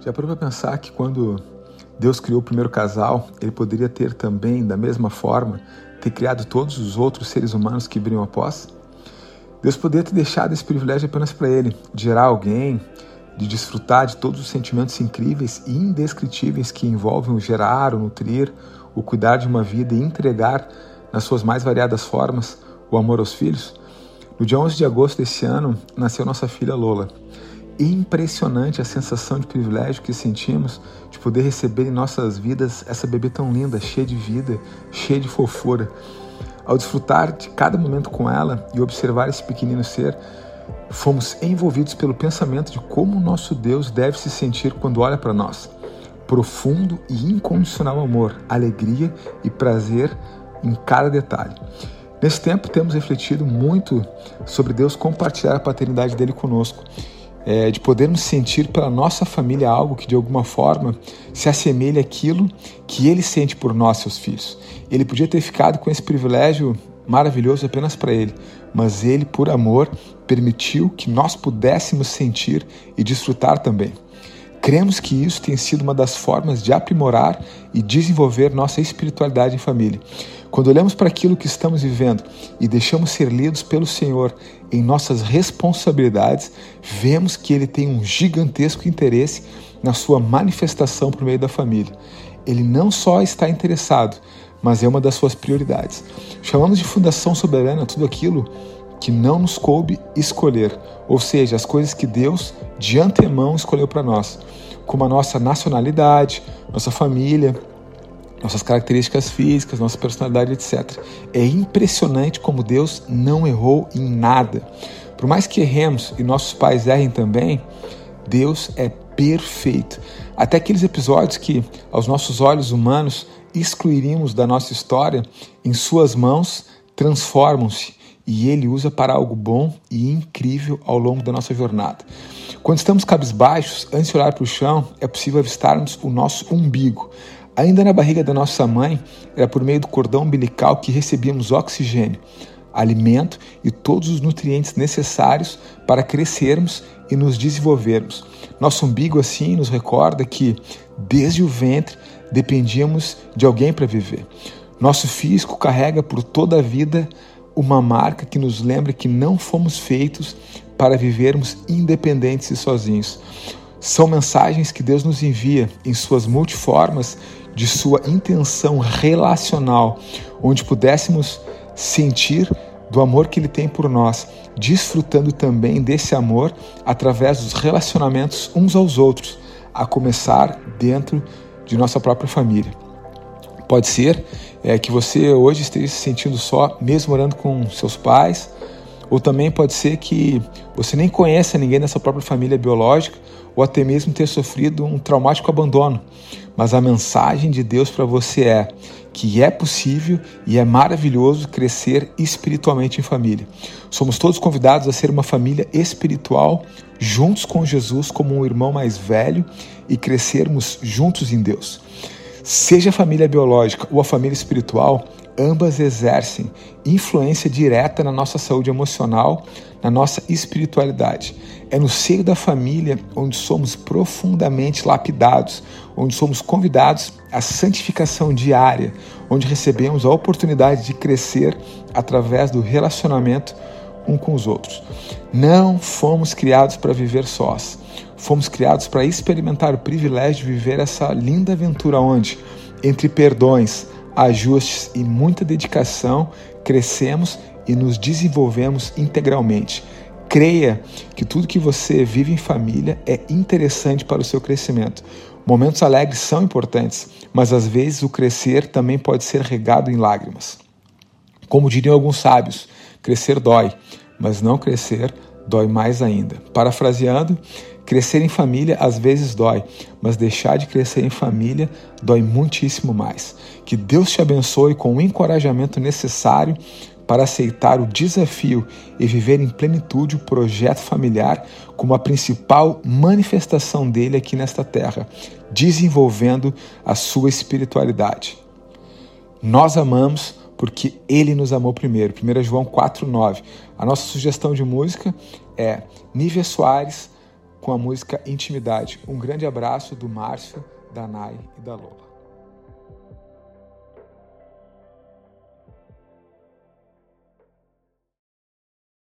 Já parou para pensar que quando Deus criou o primeiro casal, Ele poderia ter também, da mesma forma, ter criado todos os outros seres humanos que viriam após? Deus poderia ter deixado esse privilégio apenas para Ele, de gerar alguém, de desfrutar de todos os sentimentos incríveis e indescritíveis que envolvem o gerar, o nutrir, o cuidar de uma vida e entregar, nas suas mais variadas formas, o amor aos filhos? No dia 11 de agosto desse ano, nasceu nossa filha Lola. Impressionante a sensação de privilégio que sentimos de poder receber em nossas vidas essa bebê tão linda, cheia de vida, cheia de fofura. Ao desfrutar de cada momento com ela e observar esse pequenino ser, fomos envolvidos pelo pensamento de como o nosso Deus deve se sentir quando olha para nós. Profundo e incondicional amor, alegria e prazer em cada detalhe. Nesse tempo temos refletido muito sobre Deus compartilhar a paternidade dele conosco, de podermos sentir pela nossa família algo que de alguma forma se assemelha àquilo que ele sente por nós, seus filhos. Ele podia ter ficado com esse privilégio maravilhoso apenas para ele, mas ele, por amor, permitiu que nós pudéssemos sentir e desfrutar também. Cremos que isso tem sido uma das formas de aprimorar e desenvolver nossa espiritualidade em família. Quando olhamos para aquilo que estamos vivendo e deixamos ser lidos pelo Senhor em nossas responsabilidades, vemos que Ele tem um gigantesco interesse na sua manifestação por meio da família. Ele não só está interessado, mas é uma das suas prioridades. Chamamos de fundação soberana tudo aquilo que não nos coube escolher, ou seja, as coisas que Deus de antemão escolheu para nós, como a nossa nacionalidade, nossa família, nossas características físicas, nossa personalidade, etc. É impressionante como Deus não errou em nada. Por mais que erremos e nossos pais errem também, Deus é perfeito. Até aqueles episódios que, aos nossos olhos humanos, excluiríamos da nossa história, em suas mãos transformam-se e Ele usa para algo bom e incrível ao longo da nossa jornada. Quando estamos cabisbaixos, antes de olhar para o chão, é possível avistarmos o nosso umbigo. Ainda na barriga da nossa mãe, era por meio do cordão umbilical que recebíamos oxigênio, alimento e todos os nutrientes necessários para crescermos e nos desenvolvermos. Nosso umbigo, assim, nos recorda que, desde o ventre, dependíamos de alguém para viver. Nosso físico carrega por toda a vida uma marca que nos lembra que não fomos feitos para vivermos independentes e sozinhos. São mensagens que Deus nos envia em suas multiformas de sua intenção relacional, onde pudéssemos sentir do amor que Ele tem por nós, desfrutando também desse amor através dos relacionamentos uns aos outros, a começar dentro de nossa própria família. Pode ser que você hoje esteja se sentindo só, mesmo morando com seus pais, ou também pode ser que você nem conheça ninguém da sua própria família biológica, ou até mesmo ter sofrido um traumático abandono. Mas a mensagem de Deus para você é que é possível e é maravilhoso crescer espiritualmente em família. Somos todos convidados a ser uma família espiritual, juntos com Jesus como um irmão mais velho e crescermos juntos em Deus. Seja a família biológica ou a família espiritual, ambas exercem influência direta na nossa saúde emocional, na nossa espiritualidade. É no seio da família onde somos profundamente lapidados, onde somos convidados à santificação diária, onde recebemos a oportunidade de crescer através do relacionamento um com os outros. Não fomos criados para viver sós. Fomos criados para experimentar o privilégio de viver essa linda aventura onde, entre perdões, ajustes e muita dedicação, crescemos e nos desenvolvemos integralmente. Creia que tudo que você vive em família é interessante para o seu crescimento. Momentos alegres são importantes, mas às vezes o crescer também pode ser regado em lágrimas. Como diriam alguns sábios, crescer dói, mas não crescer dói mais ainda. Parafraseando, crescer em família às vezes dói, mas deixar de crescer em família dói muitíssimo mais. Que Deus te abençoe com o encorajamento necessário para aceitar o desafio e viver em plenitude o projeto familiar como a principal manifestação dele aqui nesta terra, desenvolvendo a sua espiritualidade. Nós amamos porque Ele nos amou primeiro. 1 João 4,9. A nossa sugestão de música é Nívia Soares, com a música Intimidade. Um grande abraço do Márcio, da Nai e da Lola.